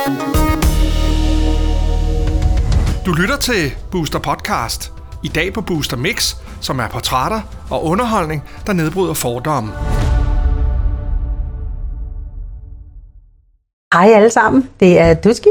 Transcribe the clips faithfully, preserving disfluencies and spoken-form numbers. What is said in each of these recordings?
Du lytter til Booster Podcast. I dag på Booster Mix, som er portrætter og underholdning, der nedbryder fordomme. Hej alle sammen, det er Duski.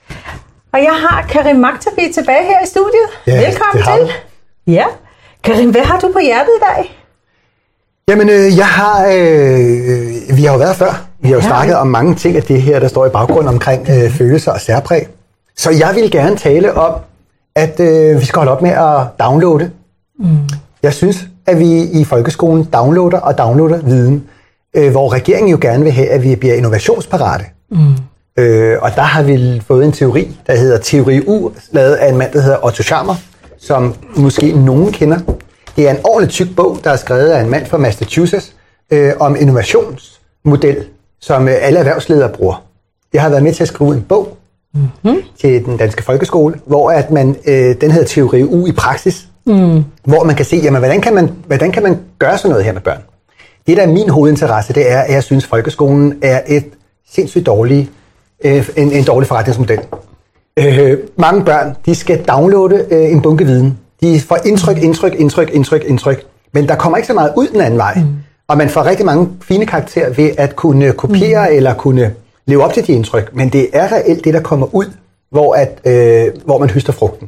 Og jeg har Karim Maktabi tilbage her i studiet. Ja, velkommen til. Ja. Karim, hvad har du på hjertet i dag? Jamen, øh, jeg har... Øh, vi har jo været før. Vi har jo ja. snakket om mange ting af det her, der står i baggrunden omkring øh, følelser og særpræg. Så jeg vil gerne tale om, at øh, vi skal holde op med at downloade. Mm. Jeg synes, at vi i folkeskolen downloader og downloader viden, øh, hvor regeringen jo gerne vil have, at vi bliver innovationsparate. Mm. Øh, og der har vi fået en teori, der hedder Teori U, lavet af en mand, der hedder Otto Scharmer, som måske nogen kender. Det er en ordentligt tyk bog, der er skrevet af en mand fra Massachusetts, øh, om innovationsmodel, som øh, alle erhvervsledere bruger. Jeg har været med til at skrive en bog mm-hmm. til den danske folkeskole, hvor at man, øh, den hedder Teori U i praksis, mm. hvor man kan se, jamen, hvordan kan man, hvordan kan man gøre sådan noget her med børn. Det, der er min hovedinteresse, det er, at jeg synes, at folkeskolen er et sindssygt dårlig, øh, en, en dårlig forretningsmodel. Øh, mange børn, de skal downloade øh, en bunke viden. De får indtryk, indtryk, indtryk, indtryk, indtryk. Men der kommer ikke så meget ud den anden vej. Mm. Og man får rigtig mange fine karakterer ved at kunne kopiere mm. eller kunne leve op til de indtryk. Men det er reelt det, der kommer ud, hvor, at, øh, hvor man høster frugten.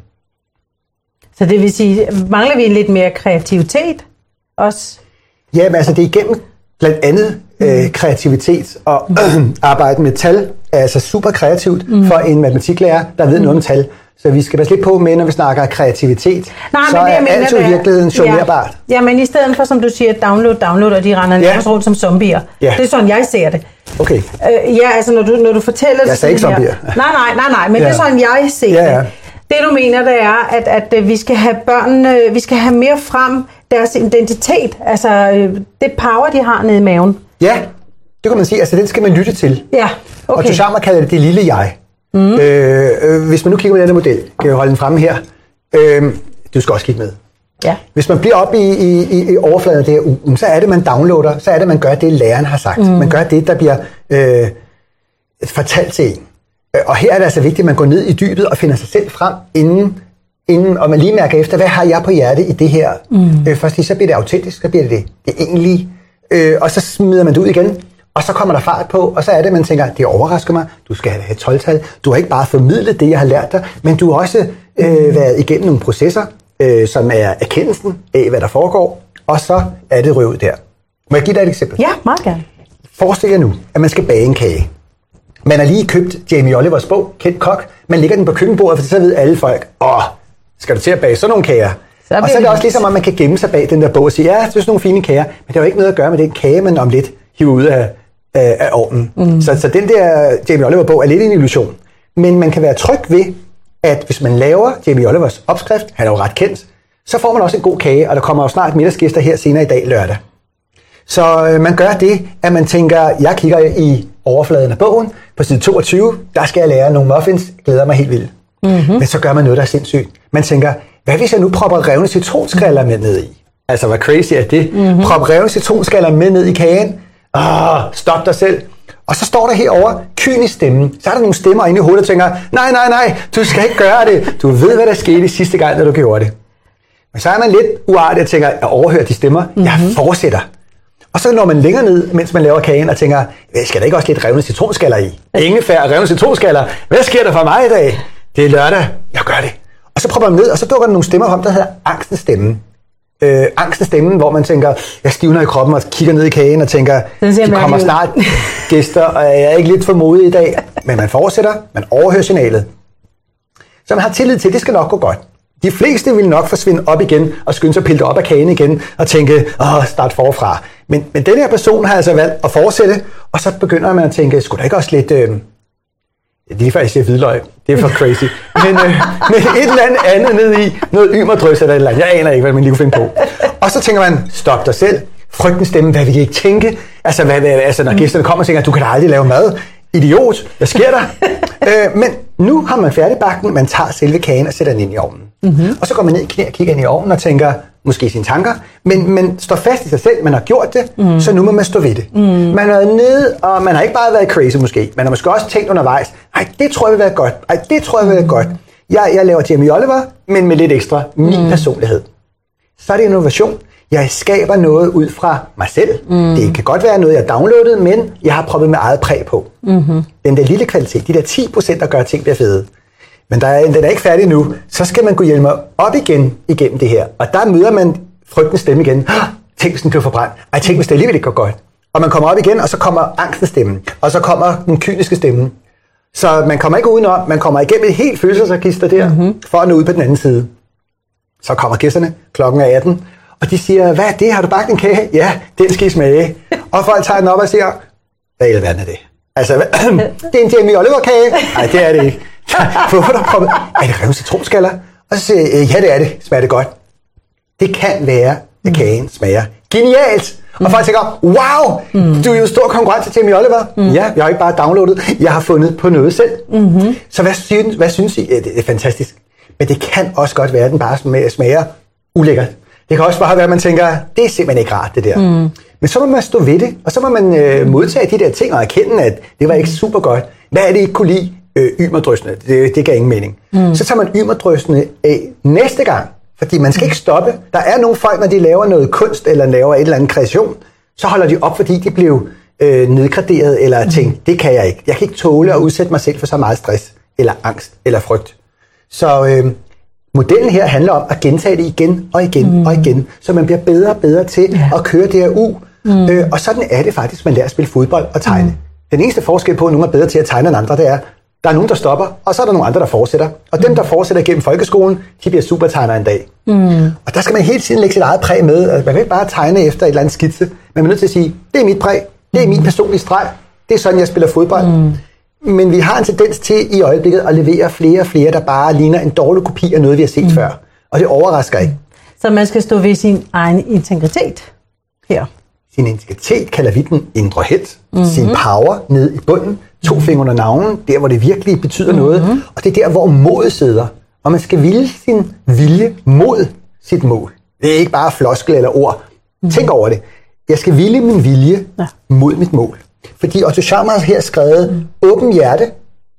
Så det vil sige, mangler vi lidt mere kreativitet også? Ja, men altså det er igennem blandt andet øh, kreativitet og øh, arbejde med tal er altså super kreativt mm. for en matematiklærer, der ved mm. noget om tal. Så vi skal passe lidt på med, når vi snakker kreativitet, Nej, så men det, er mener, alt jo i virkeligheden jonglierbart. Ja. ja, men i stedet for, som du siger, download, download, og de render nærmest ja. rundt som zombier. Ja. Det er sådan, jeg ser det. Okay. Øh, ja, altså når du, når du fortæller... Jeg sagde ikke zombier. Nej, nej, nej, nej, men ja. det er sådan, jeg ser ja, ja. det. Det du mener, det er, at, at vi skal have børnene, vi skal have mere frem deres identitet, altså det power, de har nede i maven. Ja, det kan man sige. Altså den skal man lytte til. Ja, okay. Og Otto Scharmer kalder det det lille jeg. Mm. Øh, øh, hvis man nu kigger på den her model, kan jeg holde den fremme her. Øh, du skal også kigge med. Ja. Hvis man bliver op i, i, i overfladen af det her, så er det, man downloader, så er det, man gør det, læreren har sagt. Mm. Man gør det, der bliver øh, fortalt til en. Og her er det altså vigtigt, at man går ned i dybet og finder sig selv frem, inden, inden og man lige mærker efter, hvad har jeg på hjerte i det her? Mm. Øh, først lige, så bliver det autentisk, så bliver det det, det egentlige. Øh, og så smider man det ud igen. Og så kommer der fart på, og så er det, man tænker, det overrasker mig, du skal have et tolv-tal. Du har ikke bare formidlet det, jeg har lært dig, men du har også øh, været igennem nogle processer, øh, som er erkendelsen af, hvad der foregår, og så er det røvet der. Må jeg give dig et eksempel? Ja, meget gerne. Forestil jer nu, at man skal bage en kage. Man har lige købt Jamie Olivers bog, Kendt Kok. Man lægger den på køkkenbordet, for så ved alle folk, åh, skal du til at bage sådan nogle kager? Så og så er det også ligesom, at man kan gemme sig bag den der bog og sige, ja, det er sådan nogle fine kager, men det har jo ikke noget at gøre med den kage, man om lidt hiver ud af af, af ovnen. Mm. Så, så den der Jamie Oliver-bog er lidt en illusion. Men man kan være tryg ved, at hvis man laver Jamie Olivers opskrift, han er jo ret kendt, så får man også en god kage, og der kommer jo snart middagsgæster her senere i dag lørdag. Så øh, man gør det, at man tænker, jeg kigger i overfladen af bogen, på side toogtyve, der skal jeg lære nogle muffins, glæder mig helt vildt. Mm-hmm. Men så gør man noget, der er sindssygt. Man tænker, hvad hvis jeg nu propper revne citronskaller med ned i? Altså, hvor crazy er det? Mm-hmm. Prop revne citronskaller med ned i kagen, Ah, stop dig selv. Og så står der herovre, kynisk stemme. Så er der nogle stemmer inde i hovedet, der tænker, nej, nej, nej, du skal ikke gøre det. Du ved, hvad der skete sidste gang, når du gjorde det. Men så er man lidt uartig og tænker, jeg overhører de stemmer, mm-hmm. jeg fortsætter. Og så når man længere ned, mens man laver kagen, og tænker, skal der ikke også lidt revne citronskaller i? Ingefær og revne citronskaller. Hvad sker der for mig i dag? Det er lørdag. Jeg gør det. Og så propper man ned, og så dukker der nogle stemmer frem, der hedder angstens stemme. Øh, angstens stemme, hvor man tænker, jeg stivner i kroppen og kigger ned i kagen og tænker, de kommer snart gæster, og jeg er ikke lidt for modig i dag. Men man fortsætter, man overhører signalet. Så man har tillid til, det skal nok gå godt. De fleste vil nok forsvinde op igen og skynde sig at pille op af kagen igen og tænke, åh, start forfra. Men, men den her person har altså valgt at fortsætte, og så begynder man at tænke, skulle der ikke også lidt... Øh, det er lige før, jeg siger hvidløg. Det er for crazy. Men, øh, men et eller andet andet ned i noget ymerdrys eller et eller andet. Jeg aner ikke, hvad man lige kunne finde på. Og så tænker man, stop dig selv. Frygtens stemme, hvad vil I ikke tænke? Altså, hvad, hvad, altså når gæsterne kommer og tænker, du kan da aldrig lave mad. Idiot, hvad sker der? øh, men nu har man færdigbakken, man tager selve kagen og sætter den ind i ovnen. Mm-hmm. Og så går man ned i knæ og kigger ind i ovnen og tænker, måske sine tanker, men man står fast i sig selv, man har gjort det, mm. så nu må man stå ved det. Mm. Man har været nede, og man har ikke bare været crazy måske, man har måske også tænkt undervejs, Ej, det tror jeg vil være godt. Ej, det tror jeg vil være godt. Jeg, jeg laver Jamie Oliver, men med lidt ekstra min mm. personlighed. Så er det innovation. Jeg skaber noget ud fra mig selv. Mm. Det kan godt være noget, jeg har downloadet, men jeg har prøvet med eget præg på. Mm-hmm. Den der lille kvalitet, de der ti procent, der gør ting bliver fede. Men der er, den er ikke færdig nu. Så skal man gå hjælpe op igen igennem det her. Og der møder man frygtens stemme igen. Tænk, hvis den bliver forbrændt. Ej, tænk, hvis det alligevel ikke går godt. Og man kommer op igen, og så kommer angstens stemme. Og så kommer den kyniske stemme. Så man kommer ikke udenom. Man kommer igennem et helt følelsesregister der, mm-hmm. for at nå ud på den anden side. Så kommer gæsterne. Klokken er atten. Og de siger, hvad er det? Har du bagt en kage? Ja, den skal I smage. Og folk tager den op og siger, hvad i alverden er det? Altså, det er en Jamie Oliver-kage. Nej, det er det ikke. Hvorfor der proppet? Er det revet citronskaller? Og så siger jeg, ja, det er det. Smager det godt? Det kan være, at kagen smager genialt. Mm. Og folk tænker, wow, mm. du er jo en stor konkurrent til Jamie Oliver. Mm. Ja, jeg har ikke bare downloadet, jeg har fundet på noget selv. Mm-hmm. Så hvad synes, hvad synes I? Ja, det er fantastisk. Men det kan også godt være, at den bare smager ulækkert. Det kan også bare være, at man tænker, det er simpelthen ikke rart, det der. Mm. Men så må man stå ved det, og så må man øh, modtage de der ting og erkende, at det var ikke super godt. Hvad er det, I ikke kunne lide? Øh, ymerdrøsene. Det, det gav ingen mening. Mm. Så tager man ymerdrøsene af næste gang, fordi man skal ikke stoppe. Der er nogle folk, når de laver noget kunst, eller laver et eller andet kreation, så holder de op, fordi de blev øh, nedgraderet, eller mm. tænkt, det kan jeg ikke. Jeg kan ikke tåle at udsætte mig selv for så meget stress, eller angst, eller frygt. Så øh, modellen her handler om at gentage det igen og igen mm. og igen, så man bliver bedre og bedre til ja. at køre det her u. Mm. Øh, og sådan er det faktisk, man lærer at spille fodbold og tegne. Mm. Den eneste forskel på, at nogen er bedre til at tegne end andre, det er, der er nogen, der stopper, og så er der nogle andre, der fortsætter. Og dem, der fortsætter gennem folkeskolen, de bliver supertegnere en dag. Mm. Og der skal man hele tiden lægge sit eget præg med. Man kan ikke bare tegne efter et eller andet skitse. Men man er nødt til at sige, det er mit præg, det er min personlige streg, det er sådan, jeg spiller fodbold. Mm. Men vi har en tendens til i øjeblikket at levere flere og flere, der bare ligner en dårlig kopi af noget, vi har set mm. før. Og det overrasker ikke. Så man skal stå ved sin egen integritet her. Sin integritet kalder vi den indre helt. Mm-hmm. Sin power ned i bunden. To fingre under navnen, der hvor det virkelig betyder mm-hmm. noget. Og det er der, hvor modet sidder. Og man skal ville sin vilje mod sit mål. Det er ikke bare floskel eller ord. Mm-hmm. Tænk over det. Jeg skal ville min vilje ja. mod mit mål. Fordi Otto Scharmer har her skrevet mm. åben hjerte,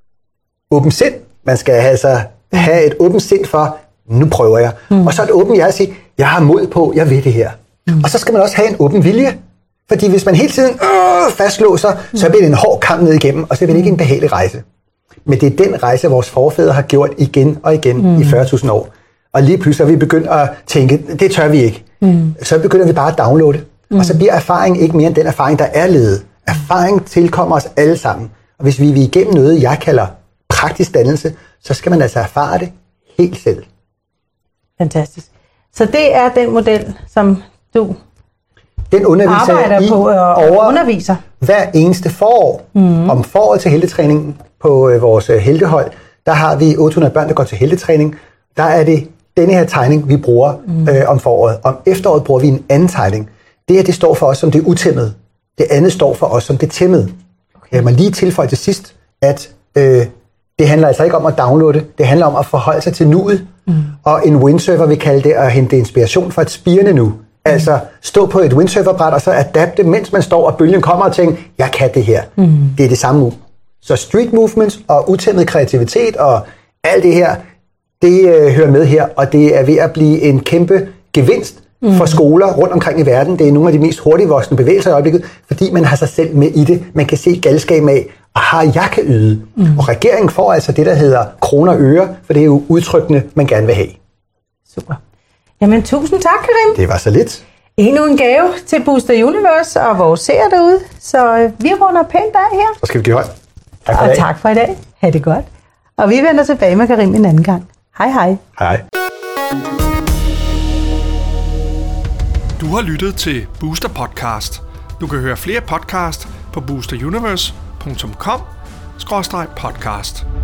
åben sind. Man skal altså have et åbent sind for, nu prøver jeg. Mm. Og så et åbent hjerte at sige, jeg har mod på, jeg ved det her. Mm. Og så skal man også have en åben vilje. Fordi hvis man hele tiden øh, fastlåser, mm. så bliver det en hård kamp ned igennem, og så bliver det ikke en behagelig rejse. Men det er den rejse, vores forfædre har gjort igen og igen mm. i fyrre tusind år. Og lige pludselig er vi begyndt at tænke, det tør vi ikke. Mm. Så begynder vi bare at downloade. Mm. Og så bliver erfaring ikke mere end den erfaring, der er ledet. Erfaring tilkommer os alle sammen. Og hvis vi er igennem noget, jeg kalder praktisk dannelse, så skal man altså erfare det helt selv. Fantastisk. Så det er den model, som du den underviser arbejder i på og over underviser hver eneste forår. Mm. Om foråret til heltetræningen på øh, vores øh, heltehold, der har vi otte hundrede børn, der går til heltetræning. Der er det denne her tegning, vi bruger mm. øh, om foråret. Om efteråret bruger vi en anden tegning. Det her, det står for os som det utæmmede. Det andet står for os som det tæmmede. Okay. Jeg må lige tilføje til sidst, at øh, det handler altså ikke om at downloade. Det handler om at forholde sig til nuet. Mm. Og en windsurfer vil kalde det at hente inspiration fra et spirende nu. Altså stå på et windsurferbræt og så adapte, mens man står, og bølgen kommer og tænker, jeg kan det her. Mm. Det er det samme nu. Så street movements og utæmmet kreativitet og alt det her, det øh, hører med her, og det er ved at blive en kæmpe gevinst mm. for skoler rundt omkring i verden. Det er nogle af de mest hurtigt voksne bevægelser i øjeblikket, fordi man har sig selv med i det. Man kan se galskab af, aha, jeg kan yde. Mm. Og regeringen får altså det, der hedder kroner og øre, for det er jo udtrykkene, man gerne vil have. Super. Jamen, tusind tak, Karim. Det var så lidt. Endnu en gave til Booster Universe og vores seere derude. Så øh, vi runder pænt af her. Så skal vi give hånd. Tak for og i dag. tak for i dag. Ha' det godt. Og vi vender tilbage med Karim en anden gang. Hej hej. Hej. Du har lyttet til Booster Podcast. Du kan høre flere podcast på booster universe punktum com skråstreg podcast.